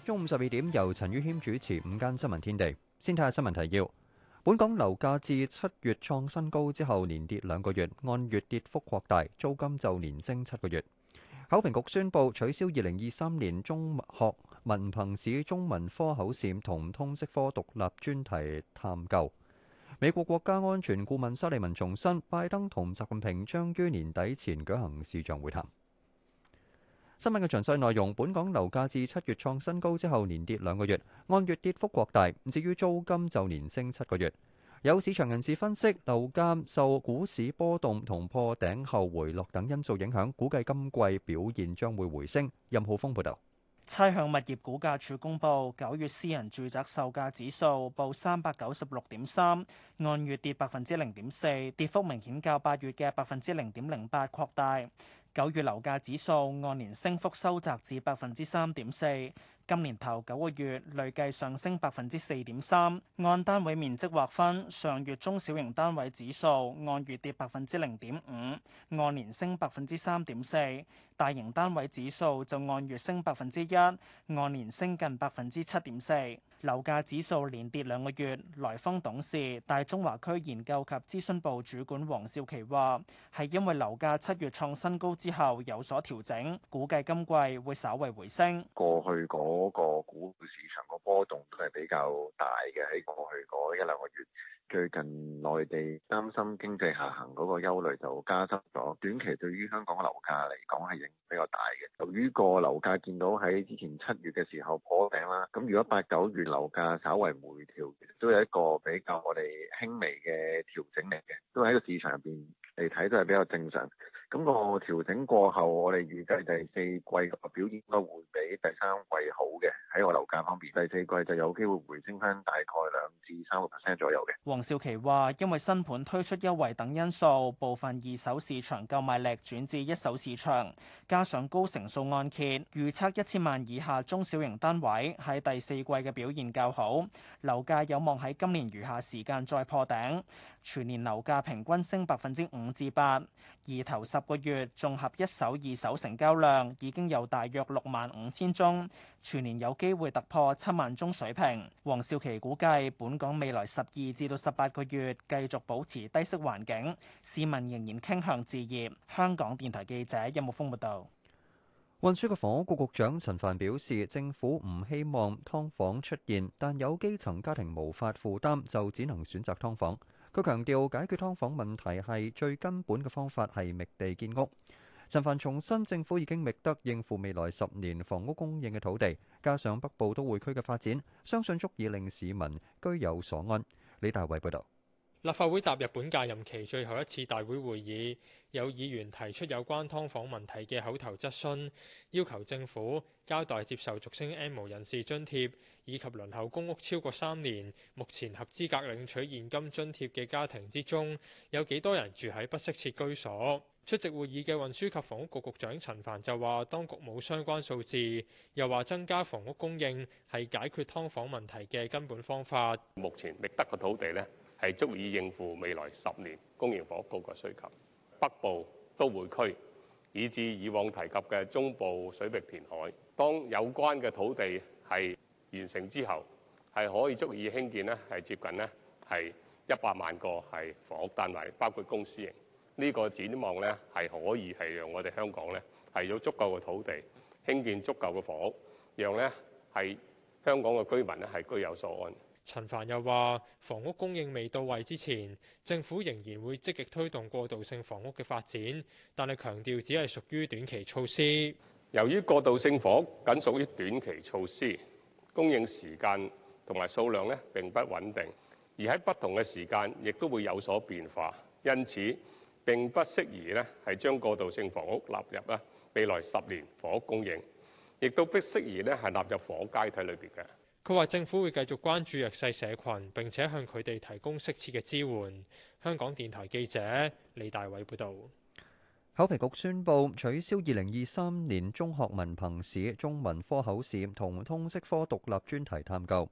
中午12點由陳宇謙主持午間新聞天地。先睇下新聞提要。本港樓價自7月創新高之後連跌2個月，按月跌幅擴大，租金就連升7個月。考評局宣布取消2023年中學文憑試中文科口試同通識科獨立專題探究。美國國家安全顧問沙利文重申，拜登同習近平將於年底前舉行視像會談。新聞嘅詳細內容，本港樓價自7月創新高之後連跌2個月，按月跌幅擴大。至於租金就連升7個月。有市場人士分析，樓價受股市波動同破頂後回落等因素影響，估計今季表現將會回升。任浩峰報導。 差餉物業估價署公布9月私人住宅售價指數報396.3，按月跌0.4%，跌幅明顯較8月嘅0.08%擴大。9月樓價指數按年升幅收窄至3.4%，今年頭9個月累計上升4.3%。按單位面積劃分，上月中小型單位指數按月跌0.5%，按年升3.4%；大型單位指數就按月升1%，按年升近7.4%。樓價指數連跌2個月，來豐董事、大中華區研究及諮詢部主管黃少琪話，係因為樓價7月創新高之後有所調整，估計今季會稍為回升。 過去嗰個股市場個波動都係比較大嘅，喺過去嗰1-2個月。最近內地擔心經濟下行嗰個憂慮就加深咗，短期對於香港嘅樓價嚟講係影響比較大嘅。由於個樓價見到喺之前7月嘅時候破頂啦，咁如果8、9月樓價稍為回調，都有一個比較我哋輕微嘅調整嚟嘅，都喺個市場入邊嚟睇都係比較正常。咁個調整過後，我哋預計第四季個表現應該會比第三季好嘅。喺個樓價方面，第四季就有機會回升翻大概2至3% 左右嘅。 黃少琪話，因為新盤推出優惠等因素，部分二手市場購買力轉至一手市場，加上高成數按揭，預測1000萬以下中小型單位喺第四季嘅表現較好，樓價有望喺今年餘下時間再破頂。全年樓價平均升5%至8%，而頭10個月綜合一手、二手成交量已經有大約65000宗，全年有機會突破7萬宗水平。黃少琪估計，本港未來12至到18個月繼續保持低息環境，市民仍然傾向置業。香港電台記者任木峰報道。 運輸及房屋局局長陳帆表示，政府唔希望劏房出現，但有基層家庭無法負擔，就只能選擇劏房。佢強調，解決劏房問題係最根本嘅方法係覓地建屋。陳帆重申，政府已經覓得應付未來10年房屋供應嘅土地，加上北部都會區嘅發展，相信足以令市民居有所安。李大偉報導。 立法會踏入本屆任期最後一次大會會議，有議員提出有關劏房問題嘅口頭質詢，要求政府交代接受俗稱 N 無人士津貼以及輪候公屋超過3年，目前合資格領取現金津貼嘅家庭之中，有幾多人住喺不適切居所。出席會議嘅運輸及房屋局局長陳帆就話，當局冇相關數字，又話增加房屋供應係解決劏房問題嘅根本方法。 目前覓得嘅土地呢，係足以應付未來10年公營房屋嗰個需求。北部都會區以至以往提及嘅中部水域填海，當有關嘅土地係完成之後，係可以足以興建呢係接近呢係100萬個係房屋單位，包括公私營。呢個展望呢係可以係讓我哋香港呢係有足夠嘅土地興建足夠嘅房屋，讓呢係香港嘅居民呢係居有所安。 陳帆又話，房屋供應未到位之前，政府仍然會積極推動過渡性房屋嘅發展，但係強調只係屬於短期措施。 由於過渡性房屋僅屬於短期措施，供應時間同埋數量呢並不穩定，而喺不同嘅時間亦都會有所變化，因此並不適宜呢係將過渡性房屋納入未來10年房屋供應，亦都不適宜呢係納入房屋階梯裏邊嘅。 佢話政府會繼續關注弱勢社群，並且向佢哋提供適切嘅支援。香港電台記者李大偉報導。 考評局宣布取消2023年中學文憑試中文科口試同通識科獨立專題探究。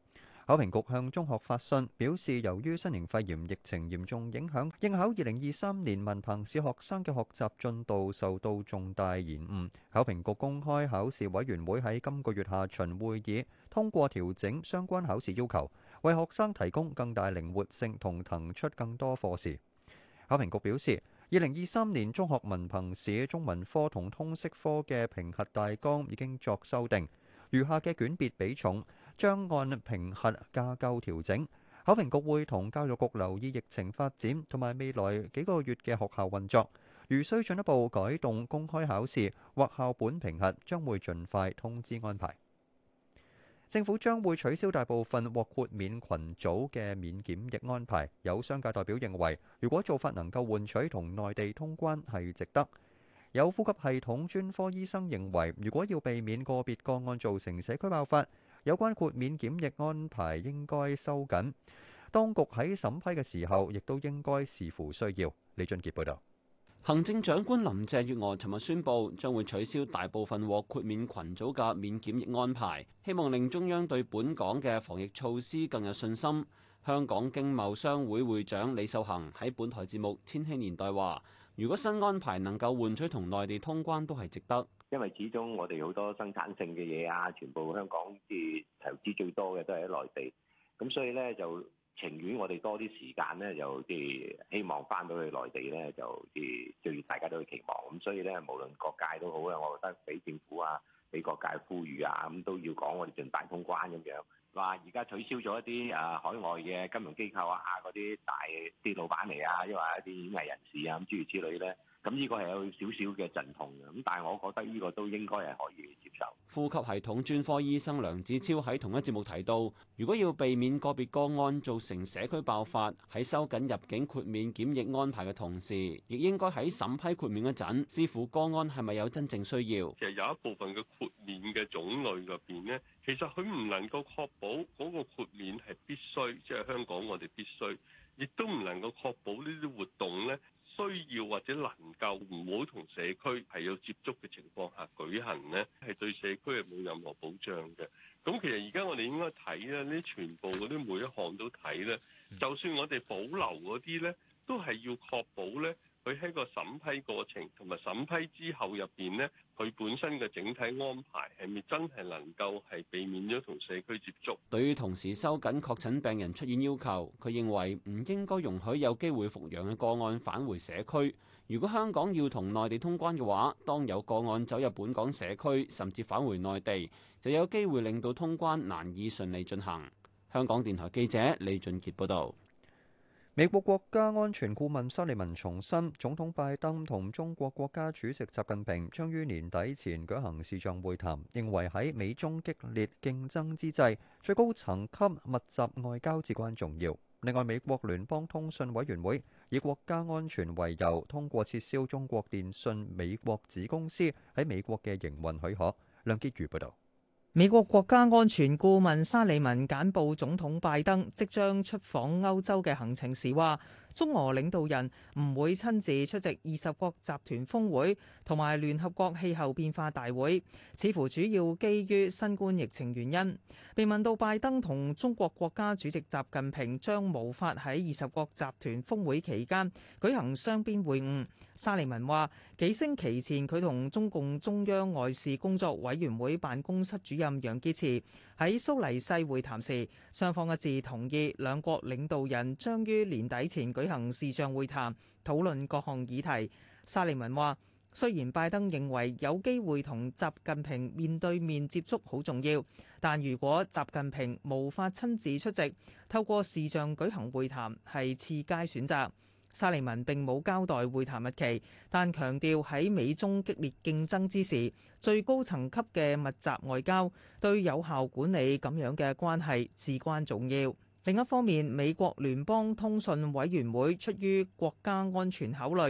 考評局向中學發信表示，由於新型肺炎疫情嚴重影響，應考2023年文憑試學生嘅學習進度受到重大延誤。考評局公開考試委員會喺今個月下旬會議通過調整相關考試要求，為學生提供更大靈活性同騰出更多課時。考評局表示，2023年中學文憑試中文科同通識科嘅評核大綱已經作修訂，餘下嘅卷別比重將按評核架構調整。考評局會同教育局留意疫情發展同埋未來幾個月嘅學校運作，如需進一步改動公開考試或校本評核，將會盡快通知安排。政府將會取消大部分獲豁免群組嘅免檢疫安排。有商界代表認為，如果做法能夠換取同內地通關係值得。有呼吸系統專科醫生認為，如果要避免個別個案造成社區爆發，有關豁免檢疫安排應該收緊。當局喺審批嘅時候，亦都應該視乎需要。李俊傑報導。 行政長官林鄭月娥尋日宣布，將會取消大部分獲豁免群組嘅免檢疫安排，希望令中央對本港嘅防疫措施更有信心。香港經貿商會會長李秀恒喺本台節目《千禧年代》話，如果新安排能夠換取同內地通關，都係值得。 因為始終我哋好多生產性嘅嘢啊，全部香港即係投資最多嘅都係喺內地，咁所以咧就情願我哋多啲時間咧，就即係希望翻到去內地咧，就即係最大家都會期望。咁所以咧，無論各界都好啊，我覺得俾政府啊，俾各界呼籲啊，咁都要講我哋盡快通關咁樣。話而家取消咗一啲海外嘅金融機構啊，嗰啲大啲老闆嚟啊，因為一啲演藝人士啊咁諸如此類咧。咁呢個係有少少嘅陣痛嘅，咁但係我覺得呢個都應該係可以接受。 呼吸系統專科醫生梁子超喺同一節目提到，如果要避免個別個案造成社區爆發，喺收緊入境豁免檢疫安排嘅同時，亦應該喺審批豁免嗰陣，視乎個案係咪有真正需要。 其實有一部分嘅豁免嘅種類入邊呢，其實佢唔能夠確保嗰個豁免係必須，即係香港我哋必須，亦都唔能夠確保呢啲活動呢，需要或者能夠唔好同社區係有接觸嘅情況下舉行呢，係對社區係冇任何保障嘅。咁其實而家我哋應該睇咧，呢全部嗰啲每一項都睇咧，就算我哋保留嗰啲咧，都係要確保咧，佢喺個審批過程同埋審批之後入邊咧，佢本身嘅整體安排係咪真係能夠係避免咗同社區接觸？ 對於同時收緊確診病人出院要求，佢認為唔應該容許有機會復陽嘅個案返回社區。如果香港要同內地通關嘅話，當有個案走入本港社區，甚至返回內地，就有機會令到通關難以順利進行。香港電台記者李俊傑報導。 美國國家安全顧問沙利文重申，總統拜登同中國國家主席習近平將於年底前舉行視像會談，認為喺美中激烈競爭之際，最高層級密集外交至關重要。另外，美國聯邦通訊委員會以國家安全為由，通過撤銷中國電信美國子公司喺美國嘅營運許可。梁潔如報導。 美國國家安全顧問沙利文簡報總統拜登即將出訪歐洲嘅行程時話，中俄領導人唔會親自出席20國集團峰會同埋聯合國氣候變化大會，似乎主要基於新冠疫情原因。被問到拜登同中國國家主席習近平將無法喺20國集團峰會期間舉行雙邊會晤，沙利文話幾星期前佢同中共中央外事工作委員會辦公室主任楊潔篪喺蘇黎世會談時，雙方一致同意兩國領導人將於年底前舉行視像會談，討論各項議題。沙利文話，雖然拜登認為有機會同習近平面對面接觸好重要，但如果習近平無法親自出席，透過視像舉行會談係次佳選擇。沙利文並冇交代會談日期，但強調喺美中激烈競爭之時，最高層級嘅密集外交對有效管理咁樣嘅關係至關重要。另一方面，美國聯邦通訊委員會出於國家安全考慮，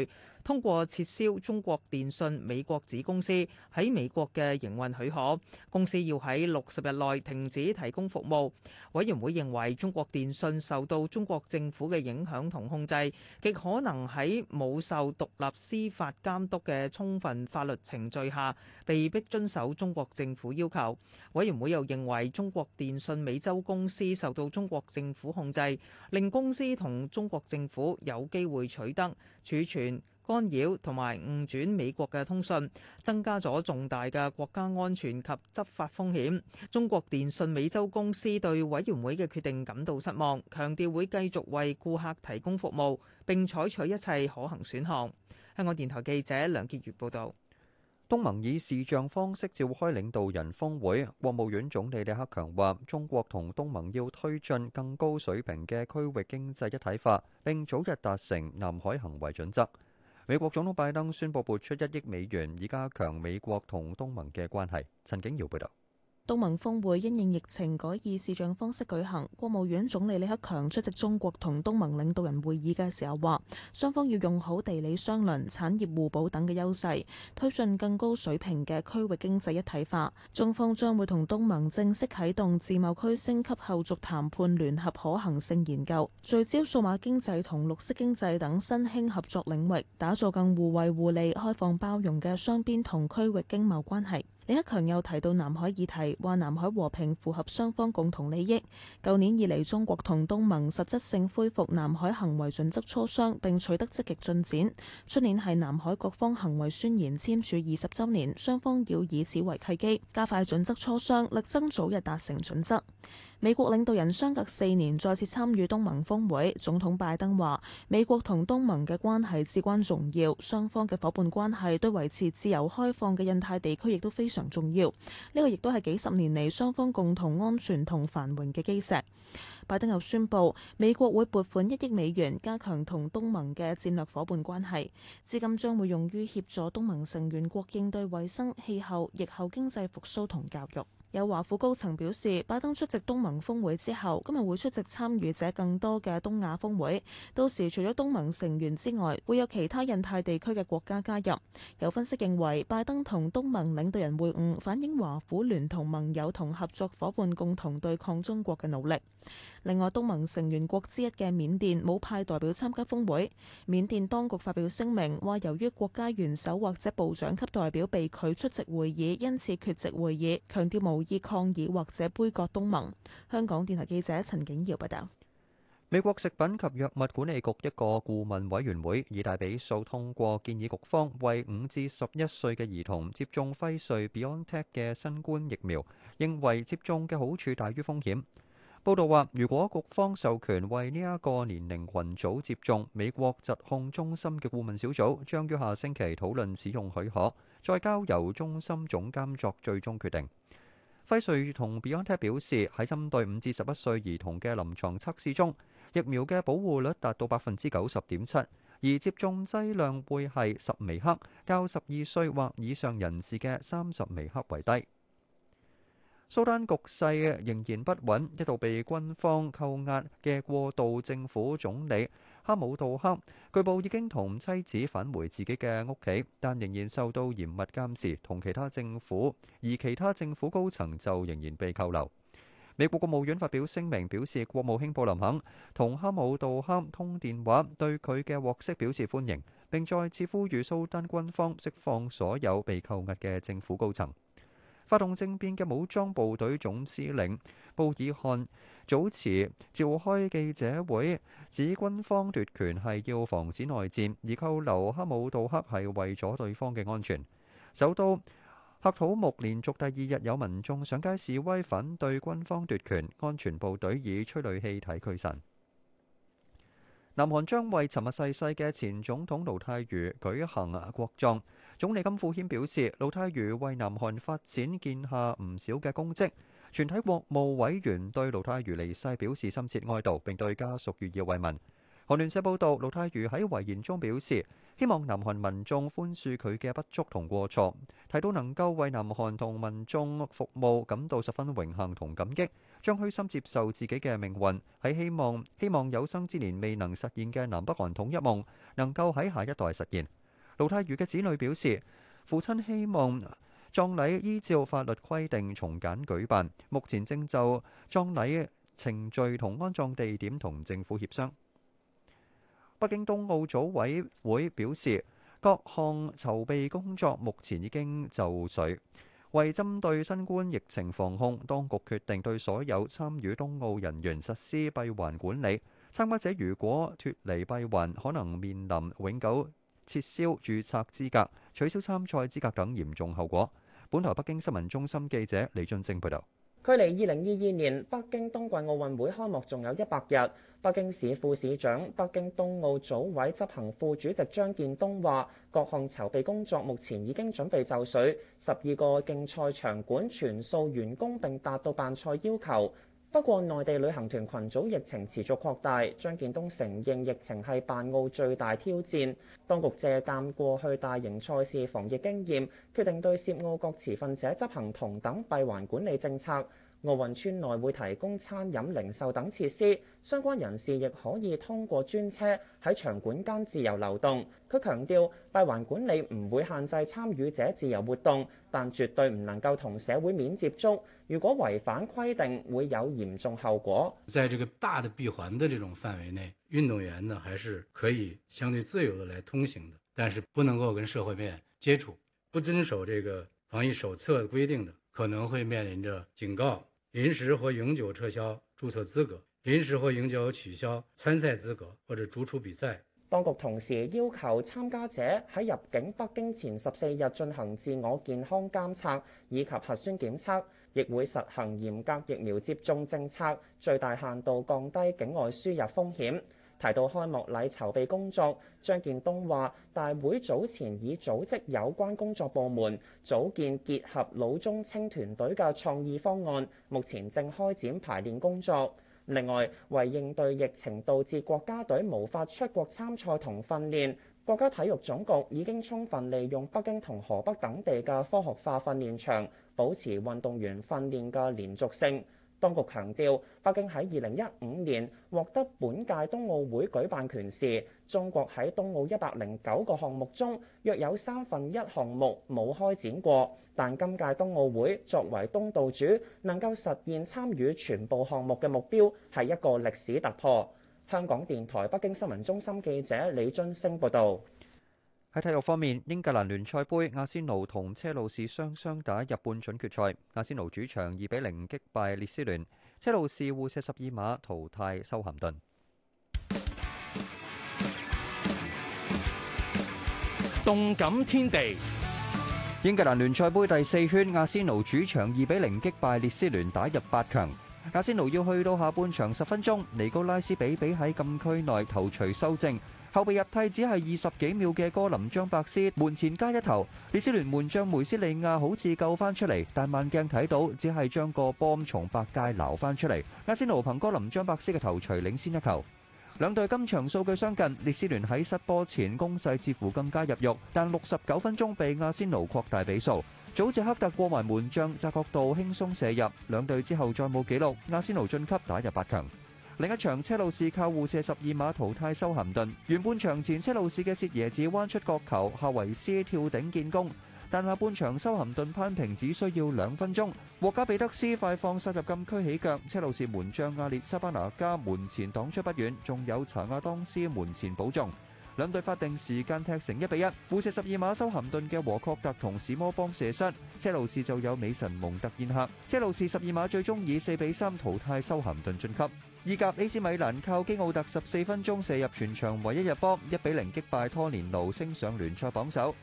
通過撤銷中國電信美國子公司喺美國嘅營運許可，公司要喺60日內停止提供服務。委員會認為中國電信受到中國政府嘅影響同控制，極可能喺冇受獨立司法監督嘅充分法律程序下，被迫遵守中國政府要求。委員會又認為中國電信美洲公司受到中國政府控制，令公司同中國政府有機會取得、儲存、干擾同埋誤轉美國嘅通訊，增加咗重大嘅國家安全及執法風險。中國電信美洲公司對委員會嘅決定感到失望，強調會繼續為顧客提供服務，並採取一切可行選項。香港電台記者梁潔如報導。 東盟以視像方式召開領導人峰會，國務院總理李克強話：中國同東盟要推進更高水平嘅區域經濟一體化，並早日達成南海行為準則。美國總統拜登宣布撥出1億美元，以加強美國同東盟嘅關係。陳景堯報道。 東盟峰會因應疫情改以視像方式舉行，國務院總理李克強出席中國同東盟領導人會議嘅時候話，雙方要用好地理相鄰、產業互補等嘅優勢，推進更高水平嘅區域經濟一體化。中方將會同東盟正式啟動自貿區升級後續談判聯合可行性研究，聚焦數碼經濟同綠色經濟等新興合作領域，打造更互惠互利、開放包容嘅雙邊同區域經貿關係。李克強又提到南海議題，話南海和平符合雙方共同利益。舊年以嚟，中國同東盟實質性恢復南海行為準則磋商，並取得積極進展。出年係南海各方行為宣言簽署20週年，雙方要以此為契機，加快準則磋商，力爭早日達成準則。美國領導人相隔4年再次參與東盟峰會，總統拜登話：美國同東盟嘅關係至關重要，雙方嘅伙伴關係對維持自由開放嘅印太地區亦都非常重要。呢個亦都係幾十年嚟雙方共同安全同繁榮嘅基石。拜登又宣布，美國會撥款1億美元，加強同東盟嘅戰略伙伴關係，資金將會用於協助東盟成員國應對衛生、氣候、疫後經濟復甦同教育。有華府高層表示，拜登出席東盟峰會之後，今日會出席參與者更多嘅東亞峰會，到時除咗東盟成員之外，會有其他印太地區嘅國家加入。有分析認為，拜登同東盟領導人會晤，反映華府聯同盟友同合作伙伴共同對抗中國嘅努力。另外，東盟成員國之一嘅緬甸冇派代表參加峰會。緬甸當局發表聲明話，由於國家元首或者部長級代表被拒出席會議，因此缺席會議，強調無意抗議或者杯葛東盟。香港電台記者陳景堯報道。 美國食品及藥物管理局一個顧問委員會以大比數通過建議，局方為5至11歲嘅兒童接種輝瑞 BioNTech 嘅新冠疫苗，認為接種嘅好處大於風險。報道話，如果局方授權為呢一個年齡群組接種，美國疾控中心嘅顧問小組將於下星期討論使用許可，再交由中心總監作最終決定。輝瑞同 BioNTech 表示，喺針對5至11歲兒童嘅臨床測試中，疫苗嘅保護率達到90.7%，而接種劑量會係10微克，較12歲或以上人士嘅30微克為低。蘇丹局勢仍然不穩，一度被軍方扣押嘅過渡政府總理哈姆杜克，據報已經同妻子返回自己嘅屋企，但仍然受到嚴密監視，其他政府高層就仍然被扣留。美國國務院發表聲明表示，國務卿布林肯同哈姆杜克通電話，對佢嘅獲釋表示歡迎，並再次呼籲蘇丹軍方釋放所有被扣押嘅政府高層。發動政變嘅武裝部隊總司令布爾漢早前召開記者會，指軍方奪權係要防止內戰，而扣留哈姆杜克係為咗對方嘅安全。首都喀土穆連續第2日有民眾上街示威反對軍方奪權，安全部隊以催淚氣體驅散。南韓將為尋日逝世嘅前總統盧泰愚舉行國葬。總理金富謙表示，盧泰愚為南韓發展建下唔少嘅功績。全體國務委員對盧泰愚離世表示深切哀悼，並對家屬予以慰問。韓聯社報道，盧泰愚喺遺言中表示，希望南韓民眾寬恕佢嘅不足同過錯，提到能夠為南韓同民眾服務感到十分榮幸同感激，將虛心接受自己嘅命運，喺希望有生之年未能實現嘅南北韓統一夢能夠喺下一代實現。 盧泰愚嘅子女表示，父親希望葬禮依照法律規定從簡舉辦，目前正就葬禮程序同安葬地點同政府協商。北京冬奧組委會表示，各項籌備工作目前已經就緒。為針對新冠疫情防控，當局決定對所有參與冬奧人員實施閉環管理。參加者如果脫離閉環，可能面臨永久撤銷註冊資格、取消參賽資格等嚴重後果。本台北京新聞中心記者李俊正報道。 距離2022年北京冬季奧運會開幕仲有100日，北京市副市長、北京冬奧組委執行副主席張建東話：各項籌備工作目前已經準備就緒，12個競賽場館全數完工並達到辦賽要求。不過，內地旅行團群組疫情持續擴大，張建東承認疫情係辦奧最大挑戰。當局借鑑過去大型賽事防疫經驗，決定對涉奧各持份者執行同等閉環管理政策。奧運村內會提供餐飲、零售等設施，相關人士亦可以通過專車喺場館間自由流動。佢強調，閉環管理唔會限制參與者自由活動，但絕對唔能夠同社會面接觸。如果違反規定，會有嚴重後果。 在這個大的閉環的這種範圍內，運動員呢還是可以相對自由的來通行的，但是不能夠跟社會面接觸。不遵守這個防疫手冊規定的，可能會面臨着警告、臨時或永久撤銷註冊資格、臨時或永久取消參賽資格或者逐出比賽。 當局同時要求參加者喺入境北京前14日進行自我健康監測以及核酸檢測，亦會實行嚴格疫苗接種政策，最大限度降低境外輸入風險。提到開幕禮籌備工作，張建東話：大會早前已組織有關工作部門，組建結合老中青團隊嘅創意方案，目前正開展排練工作。另外，為應對疫情導致國家隊無法出國參賽同訓練，國家體育總局已經充分利用北京同河北等地嘅科學化訓練場，保持運動員訓練嘅連續性。當局強調，北京喺2015年獲得本屆冬奧會舉辦權時，中國喺冬奧109個項目中，約有1/3項目冇開展過。但今屆冬奧會作為東道主，能夠實現參與全部項目嘅目標，係一個歷史突破。香港電台北京新聞中心記者李津升報導。 喺體育方面，英格蘭聯賽杯阿仙奴同車路士雙打入半準決賽，阿仙奴主場2-0擊敗列斯聯，車路士互射12碼淘汰修咸頓。 動感天地， 英格蘭聯賽杯第4圈，阿仙奴主場2-0擊敗列斯聯，打入8強。阿仙奴要去到下半場10分鐘，尼高拉斯比喺禁區內頭槌修正。後備入替只係20幾秒嘅哥林張伯斯門前加一頭，列斯聯門將梅斯利亞好似救翻出嚟，但慢鏡睇到只係將個波從白界撈翻出嚟。阿仙奴憑哥林張伯斯嘅頭槌領先一球。兩隊今場數據相近，列斯聯喺失波前攻勢似乎更加入肉，但69分鐘被阿仙奴擴大比數。祖謝克特過埋門將，窄角度輕鬆射入，兩隊之後再冇紀錄，阿仙奴晉級打入8強。另一場車路士靠互射12碼淘汰修咸頓，完半場前車路士嘅薛耶子彎出角球，夏維斯跳頂建功，但下半場修咸頓攀平只需要2分鐘，獲加比德斯快放殺入禁區起腳，車路士門將阿列沙巴拿加門前擋出不遠，仲有查亞當斯門前保中。兩隊法定時間踢成1-1，互射12碼修咸頓嘅和確特同史摩邦射失，車路士就有美神蒙特宴客，車路士12碼最終以4-3淘汰修咸頓晉級。意甲 AC 米蘭靠基奧特14分鐘射入全場唯一入波，1-0擊敗拖連奴，升上聯賽榜首。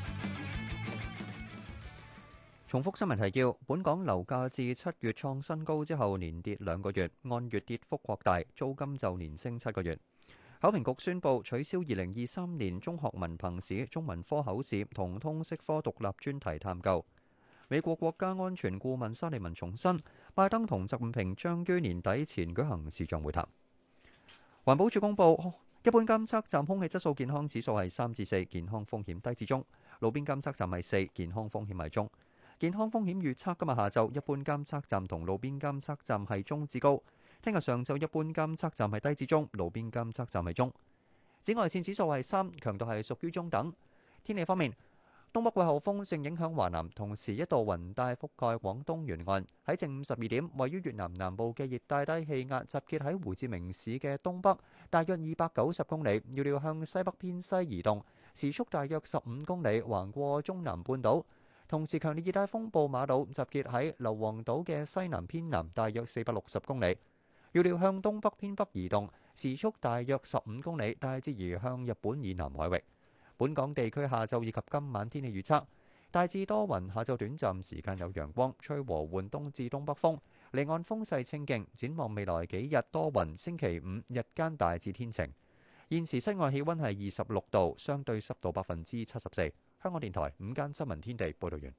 重複新聞提要：本港樓價自7月創新高之後，連跌2個月，按月跌幅擴大，租金就連升7個月。考評局宣布取消2023年中學文憑試中文科口試同通識科獨立專題探究。美國國家安全顧問沙利文重申，拜登同習近平將於年底前舉行視像會談。環保署公布，一般監測站空氣質素健康指數係3至4，健康風險低至中；路邊監測站係4，健康風險係中。健康風險預測今日下晝一般監測站同路邊監測站係中至高，聽日上晝一般監測站係低至中，路邊監測站係中。紫外線指數係3，強度係屬於中等。 天氣方面，東北季候風正影響華南，同時一道雲帶覆蓋廣東沿岸。喺正午12點，位於越南南部嘅熱帶低氣壓集結喺胡志明市嘅東北，大約290公里，預料向西北偏西移動，時速大約15公里，橫過中南半島。同時，強烈熱帶風暴馬魯集結喺硫磺島嘅西南偏南，大約460公里，預料向東北偏北移動，時速大約15公里，大致移向日本以南海域。本港地區下晝以及今晚天氣預測，大致多雲，下晝短暫時間有陽光，吹和緩東至東北風，離岸風勢清勁。展望未來幾日多雲，星期五日間大致天晴。現時室外氣溫係26度，相對濕度74%。香港電台午間新聞天地報道完。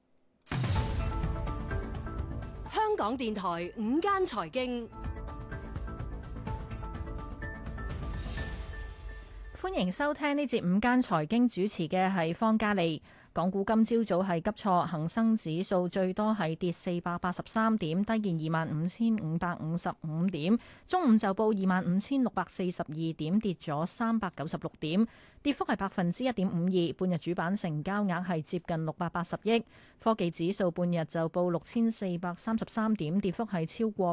香港電台午間財經。 歡迎收聽呢節午間財經，主持嘅係方嘉利。港股今朝早係急挫，恒生指數最多係跌483點，低見25,555點。中午就報25,642點，跌咗396點，跌幅係1.52%。半日主板成交額係接近680億。科技指數半日就報6433點，跌幅係超過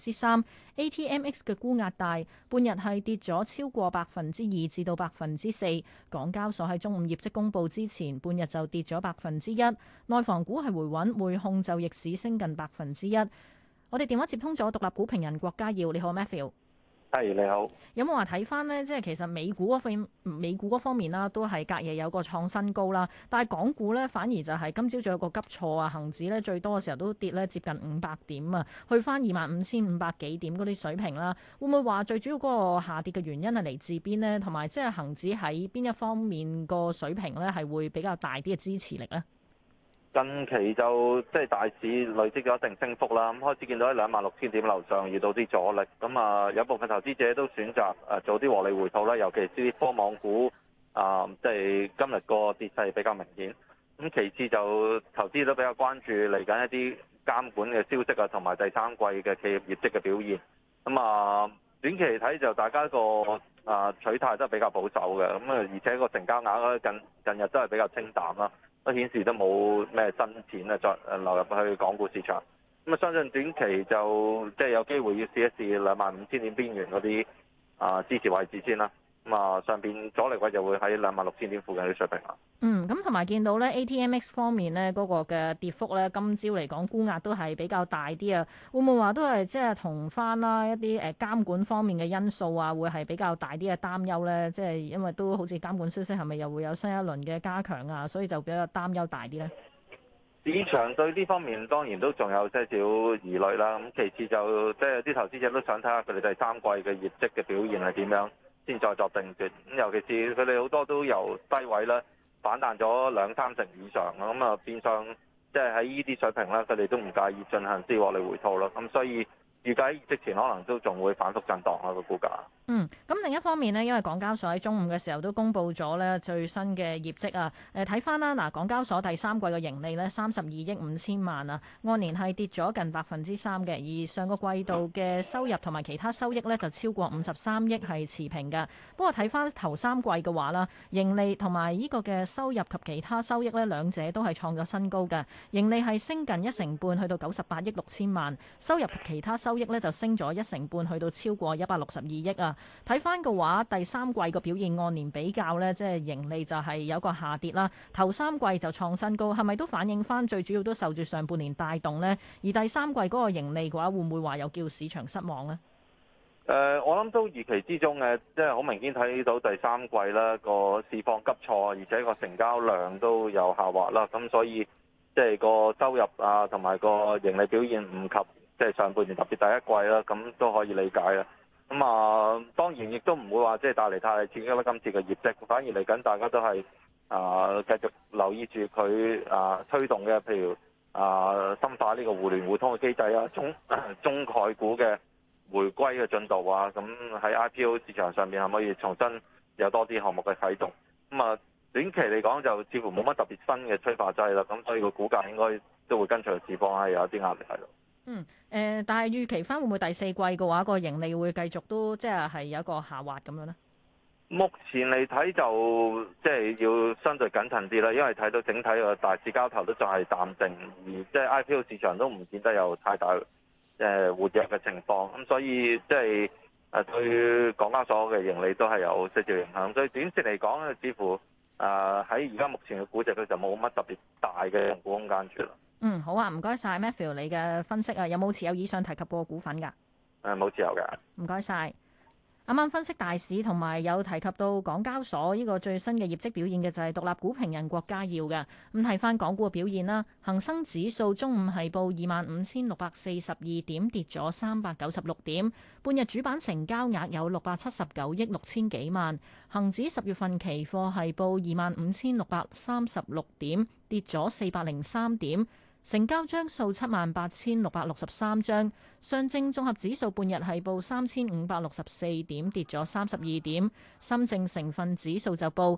3%。ATMX 嘅沽壓大，半日係跌咗超過2%至到4%。港交所喺中午業績公佈之前，半日就跌咗1%。內房股係回穩，匯控就逆市升近1%。我哋電話接通咗獨立股評人郭家耀，你好 Matthew。 係，你好。 有冇話睇翻呢？即係其實美股嗰方面啦，都係隔夜有個創新高啦。但係港股呢，反而就係今朝早有個急挫啊，恒指呢最多嘅時候都跌呢接近500點啊，去翻25,500幾點嗰啲水平啦。會唔會話最主要嗰個下跌嘅原因係嚟自邊呢？同埋即係恒指喺邊一方面個水平呢係會比較大啲嘅支持力呢？ 近期就即係大市累積咗一定升幅啦，咁開始見到喺26,000點樓上遇到啲阻力，咁啊有部分投資者都選擇做啲獲利回吐啦，尤其是啲科網股即係今日個跌勢比較明顯。咁其次就投資都比較關注嚟緊一啲監管嘅消息啊，同埋第三季嘅企業業績嘅表現。咁啊短期嚟睇就大家個取態都係比較保守嘅，咁啊而且個成交額咧近日都係比較清淡啦。都顯示都冇咩新錢啊，再流入去港股市場。咁啊，相信短期就即係有機會要試一試25,000點邊緣嗰啲支持位置先啦。咁啊，上邊阻力位就會喺26,000點附近啲水平啦。 咁同埋見到咧 ATMX 方面咧嗰個嘅跌幅咧，今朝嚟講沽壓都係比較大啲啊。會唔會話都係即係同翻啦一啲監管方面嘅因素啊，會係比較大啲嘅擔憂咧？即係因為都好似監管消息係咪又會有新一輪嘅加強啊，所以就比較擔憂大啲咧。 市場對呢方面當然都仲有些少疑慮啦。咁其次就即係有啲投資者都想睇下佢哋第三季嘅業績嘅表現係點樣，先再作定奪。咁尤其是佢哋好多都由低位啦反彈咗2-3成以上，咁啊變相即係喺呢啲水平咧，佢哋都唔介意進行啲獲利回吐咯。咁所以預計業績前可能都仲會反覆震盪啊個股價。 咁另一方面呢，因為港交所喺中午嘅時候都公布咗咧最新嘅業績啊。睇翻啦，嗱，港交所第三季嘅盈利呢，32億5千萬啊，按年係跌咗近3%嘅。而上個季度嘅收入同埋其他收益呢，就超過53億係持平嘅。不過睇翻頭三季嘅話啦，盈利同埋呢個嘅收入及其他收益呢，兩者都係創咗新高嘅。盈利係升近1成半，去到98億6千萬；收入及其他收益呢，就升咗1成半，去到超過162億啊。睇翻嘅話，第三季個表現按年比較呢，即係盈利就係有個下跌啦。頭三季就創新高，係咪都反映翻最主要都受住上半年帶動呢？而第三季嗰個盈利嘅話，會唔會話又叫市場失望呢？ 我諗都預期之中嘅，即係好明顯睇到第三季啦個市況急挫，而且個成交量都有下滑啦。咁所以即係個收入啊同埋個盈利表現唔及即係上半年特別第一季啦，咁都可以理解啦。咁啊，當然亦都唔會話即係帶嚟太刺激啦。今次嘅業績，反而嚟緊大家都係繼續留意住佢推動嘅，譬如深化呢個互聯互通嘅機制啊，中概股嘅回歸嘅進度啊，咁喺 IPO 市場上面係可以重新有多啲項目嘅啟動。咁啊，短期嚟講就似乎冇乜特別新嘅催化劑啦，咁所以個股價應該都會跟隨市況係有啲壓力喺度。 但係預期翻會唔會第四季嘅話，個盈利會繼續都即係有一個下滑咁樣呢？ 目前嚟睇就即係要相對謹慎啲啦，因為睇到整體個大市交投都仲係淡靜，而即係 IPO 市場都唔見得有太大活躍嘅情況，咁所以即係對港交所嘅盈利都係有些少影響，所以短線嚟講咧，似乎喺而家目前嘅估值佢就冇乜特別大嘅入股空間住啦。 好啊，唔該晒 Matthew 你嘅分析啊，有冇持有以上提及過股份㗎？ 冇持有嘅。 唔該晒。啱啱分析大市同埋有提及到港交所呢個最新嘅業績表現嘅就係獨立股評人郭家耀嘅。咁睇翻港股嘅表現啦，恒生指數中午係報25,642點，跌咗396點。半日主板成交額有679億6千幾萬。恒指10月份期貨係報25,636點，跌咗403點。成交張數78,663張，上證綜合指數半日係報3,564點，跌咗32點。深證成分指數就報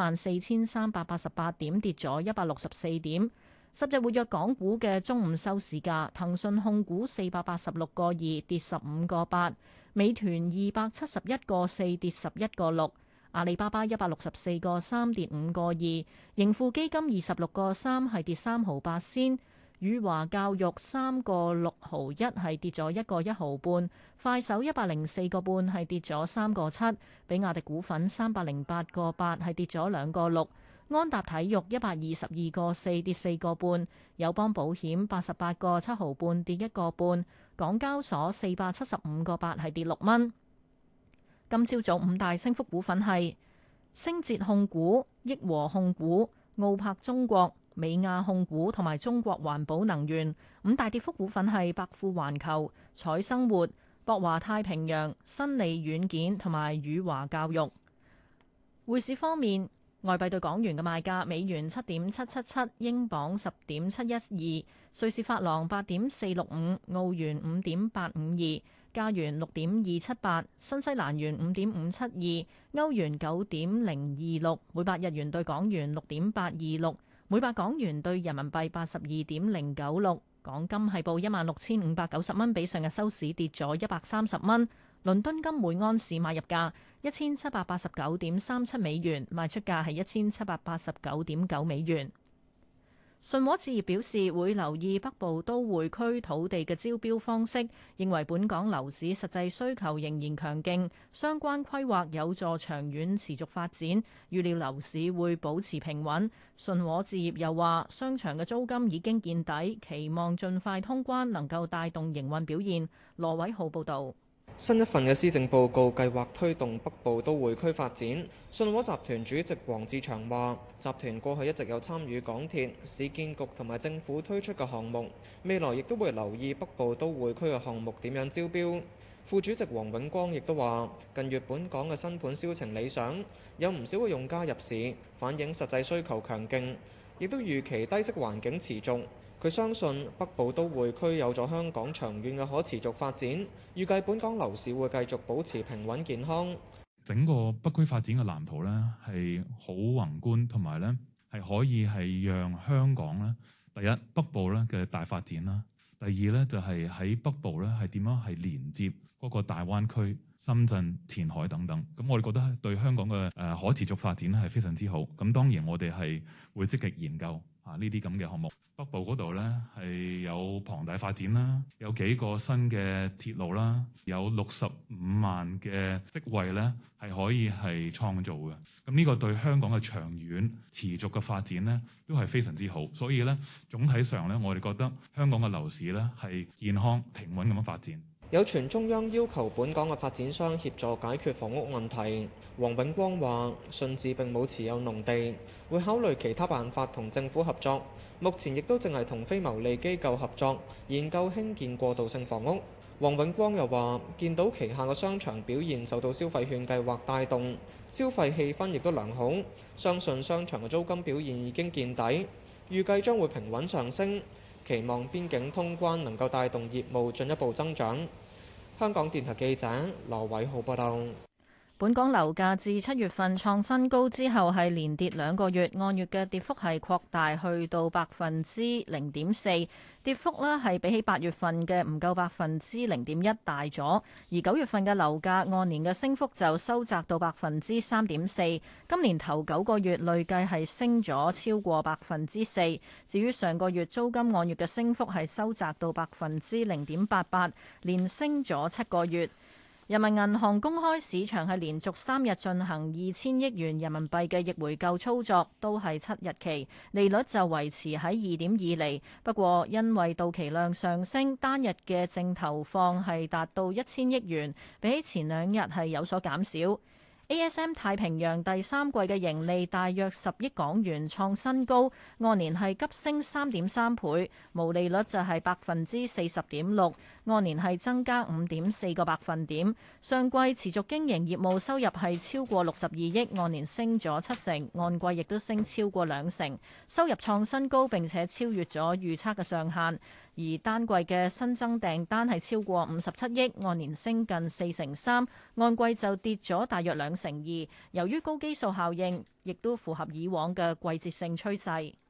14,388點，跌咗164點。10隻活躍港股嘅中午收市價，騰訊控股486個2，跌15個8；美團271個4，跌11個6；阿里巴巴164個3，跌5個2；盈富基金26個3，係跌3毫8仙。宇華教育3個6毫1，係跌咗1個1毫半。快手104個半，係跌咗3個7。比亞迪股份308個8，係跌咗2個6。安踏體育122個4，跌4個半。友邦保險88個7毫半，跌1個半。港交所475個8，係跌6蚊。今朝早5大升幅股份係星捷控股、益和控股、奧柏中國、美亞控股同埋中國環保能源。5大跌幅股份係百富環球、彩生活、博華太平洋、新利軟件同埋宇華教育。匯市方面，外幣對港元嘅賣價：美元7.777，英鎊10.712，瑞士法郎8.465，澳元5.852，加元6.278，新西蘭元5.572，歐元9.026，每百日元對港元6.826。每百港元對人民幣82.096，港金係報16,590蚊，比上日收市跌咗130蚊。倫敦金每安士買入價1789.37美元，賣出價係1789.9美元。信和置業表示會留意北部都會區土地嘅招標方式，認為本港樓市實際需求仍然強勁，相關規劃有助長遠持續發展，預料樓市會保持平穩。信和置業又話，商場嘅租金已經見底，期望盡快通關能夠帶動營運表現。羅偉浩報導。 新一份嘅施政報告計劃推動北部都會區發展。信和集團主席黃志祥話：集團過去一直有參與港鐵、市建局同埋政府推出嘅項目，未來亦都會留意北部都會區嘅項目點樣招標。副主席黃永光亦都話：近月本港嘅新盤銷情理想，有唔少嘅用家入市，反映實際需求強勁，亦都預期低息環境持續。佢相信北部都會區有咗香港長遠嘅可持續發展，預計本港樓市會繼續保持平穩健康。 整個北區發展嘅藍圖呢係好宏觀，同埋呢係可以係讓香港呢第一北部呢嘅大發展啦，第二呢就係喺北部呢係點樣係連接嗰個大灣區、深圳、前海等等。咁我哋覺得對香港嘅可持續發展係非常之好。咁當然我哋係會積極研究呢啲咁嘅項目。北部嗰度呢係有龐大發展啦，有幾個新嘅鐵路啦，有65萬嘅職位呢係可以係創造嘅。咁呢個對香港嘅長遠持續嘅發展呢都係非常之好。所以呢，總體上呢，我哋覺得香港嘅樓市呢係健康平穩咁樣發展。 有傳中央要求本港嘅發展商協助解決房屋問題。黃永光話：信置並冇持有農地，會考慮其他辦法同政府合作。目前亦都淨係同非牟利機構合作，研究興建過渡性房屋。黃永光又話：見到旗下嘅商場表現受到消費券計劃帶動，消費氣氛亦都良好，相信商場嘅租金表現已經見底，預計將會平穩上升。期望邊境通關能夠帶動業務進一步增長。香港電台記者羅偉浩報道。 本港樓價自7月份創新高之後係連跌2個月，按月嘅跌幅係擴大去到0.4%，跌幅呢係比起8月份嘅唔夠0.1%大咗。而9月份嘅樓價按年嘅升幅就收窄到3.4%，今年頭9個月累計係升咗超過4%。至於上個月租金按月嘅升幅係收窄到0.88%，連升咗7個月。人民銀行公開市場係連續3日進行2000億元人民幣嘅逆回購操作，都係7日期，利率就維持喺2.2厘。不過因為到期量上升，單日嘅淨投放係達到1000億元，比起前2日係有所減少。ASM 太平洋第3季嘅盈利大約10億港元創新高，按年係急升3.3倍，毛利率就係40.6%，按年係增加5.4個百分點。上季持續經營業務收入係超過62億，按年升咗70%，按季亦都升超過2成，收入創新高並且超越咗預測嘅上限。而單季嘅新增訂單係超過57億，按年升近43%，按季就跌咗大約2成2。由於高基數效應，亦都符合以往嘅季節性趨勢。